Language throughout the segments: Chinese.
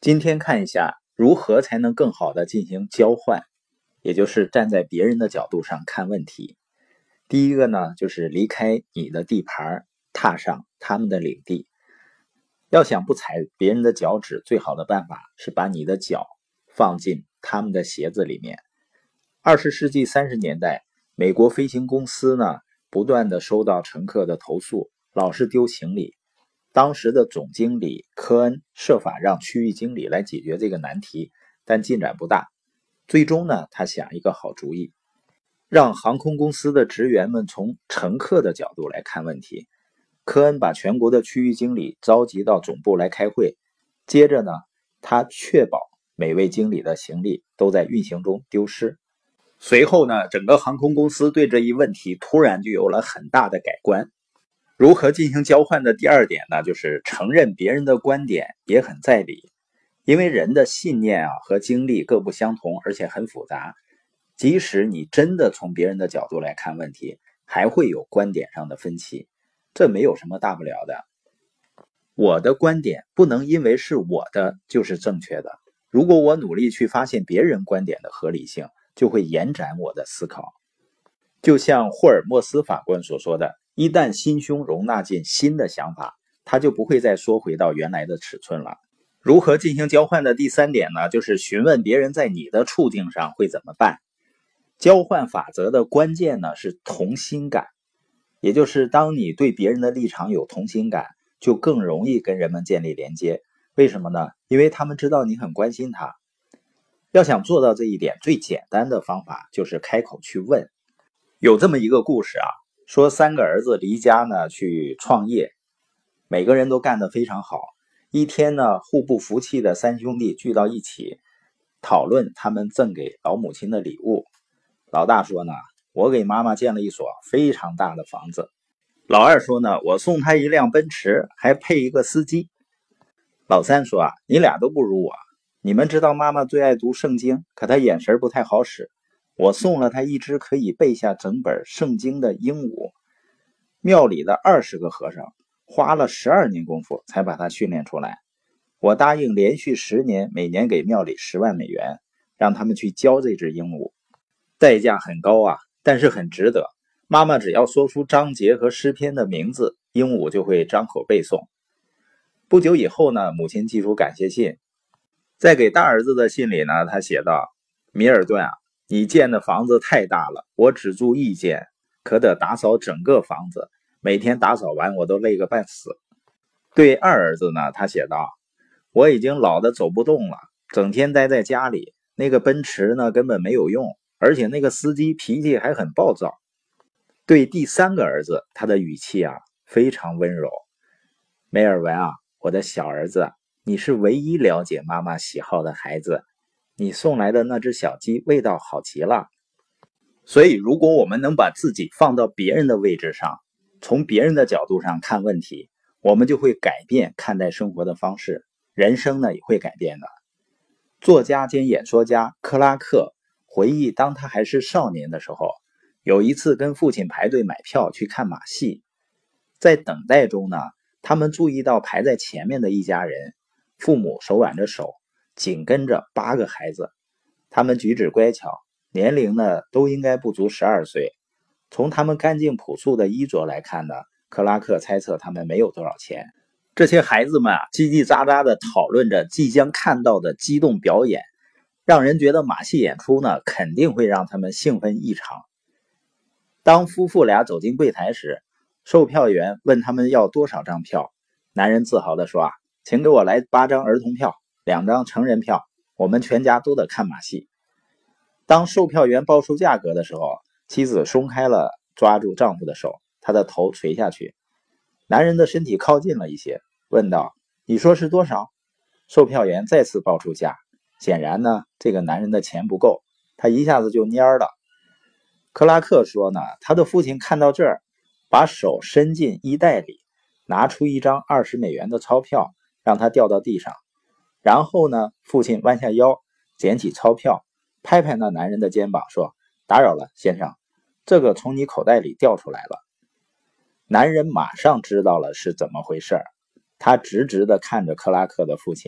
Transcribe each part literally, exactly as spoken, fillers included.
今天看一下如何才能更好的进行交换，也就是站在别人的角度上看问题。第一个呢，就是离开你的地盘，踏上他们的领地。要想不踩别人的脚趾，最好的办法是把你的脚放进他们的鞋子里面。二十世纪三十年代，美国飞行公司呢，不断的收到乘客的投诉，老是丢行李。当时的总经理科恩设法让区域经理来解决这个难题，但进展不大。最终呢，他想一个好主意，让航空公司的职员们从乘客的角度来看问题。科恩把全国的区域经理召集到总部来开会，接着呢，他确保每位经理的行李都在运行中丢失。随后呢，整个航空公司对这一问题突然就有了很大的改观。如何进行交换的第二点呢，就是承认别人的观点也很在理。因为人的信念啊和经历各不相同，而且很复杂，即使你真的从别人的角度来看问题，还会有观点上的分歧，这没有什么大不了的。我的观点不能因为是我的就是正确的，如果我努力去发现别人观点的合理性，就会延展我的思考。就像霍尔莫斯法官所说的，一旦心胸容纳进新的想法，它就不会再缩回到原来的尺寸了。如何进行交换的第三点呢，就是询问别人在你的处境上会怎么办。交换法则的关键呢是同心感，也就是当你对别人的立场有同心感，就更容易跟人们建立连接。为什么呢？因为他们知道你很关心他。要想做到这一点，最简单的方法就是开口去问。有这么一个故事啊，说三个儿子离家呢去创业，每个人都干得非常好。一天呢，互不服气的三兄弟聚到一起，讨论他们赠给老母亲的礼物。老大说呢，我给妈妈建了一所非常大的房子。老二说呢，我送她一辆奔驰，还配一个司机。老三说啊，你俩都不如我。你们知道妈妈最爱读圣经，可她眼神不太好使。我送了她一只可以背下整本圣经的鹦鹉。庙里的二十个和尚花了十二年功夫才把它训练出来。我答应连续十年，每年给庙里十万美元，让他们去教这只鹦鹉。代价很高啊，但是很值得。妈妈只要说出章节和诗篇的名字，鹦鹉就会张口背诵。不久以后呢，母亲寄出感谢信。在给大儿子的信里呢，他写道：米尔顿啊，你建的房子太大了，我只住一间，可得打扫整个房子，每天打扫完我都累个半死。对二儿子呢，他写道：我已经老得走不动了，整天待在家里，那个奔驰呢根本没有用，而且那个司机脾气还很暴躁。对第三个儿子，他的语气啊非常温柔。梅尔文啊，我的小儿子，你是唯一了解妈妈喜好的孩子，你送来的那只小鸡味道好极了。所以如果我们能把自己放到别人的位置上，从别人的角度上看问题，我们就会改变看待生活的方式，人生呢也会改变的。作家兼演说家克拉克回忆，当他还是少年的时候，有一次跟父亲排队买票去看马戏。在等待中呢，他们注意到排在前面的一家人，父母手挽着手，紧跟着八个孩子。他们举止乖巧，年龄呢都应该不足十二岁。从他们干净朴素的衣着来看呢，克拉克猜测他们没有多少钱。这些孩子们啊，叽叽喳喳地讨论着即将看到的激动表演，让人觉得马戏演出呢肯定会让他们兴奋异常。当夫妇俩走进柜台时，售票员问他们要多少张票。男人自豪地说啊，请给我来八张儿童票，两张成人票，我们全家都得看马戏。当售票员报出价格的时候，妻子松开了抓住丈夫的手，她的头垂下去。男人的身体靠近了一些，问道：你说是多少？售票员再次报出价。显然呢，这个男人的钱不够，他一下子就蔫了。克拉克说呢，他的父亲看到这儿，把手伸进衣袋里，拿出一张二十美元的钞票，让它掉到地上。然后呢，父亲弯下腰，捡起钞票，拍拍那男人的肩膀，说：打扰了，先生，这个从你口袋里掉出来了。男人马上知道了是怎么回事，他直直地看着克拉克的父亲，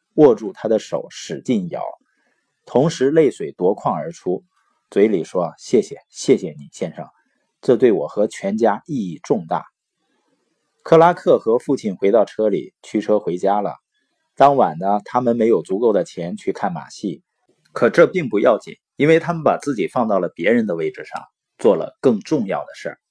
握住他的手使劲摇，同时泪水夺眶而出，嘴里说：谢谢，谢谢你，先生，这对我和全家意义重大。克拉克和父亲回到车里，驱车回家了。当晚呢，他们没有足够的钱去看马戏，可这并不要紧，因为他们把自己放到了别人的位置上，做了更重要的事儿。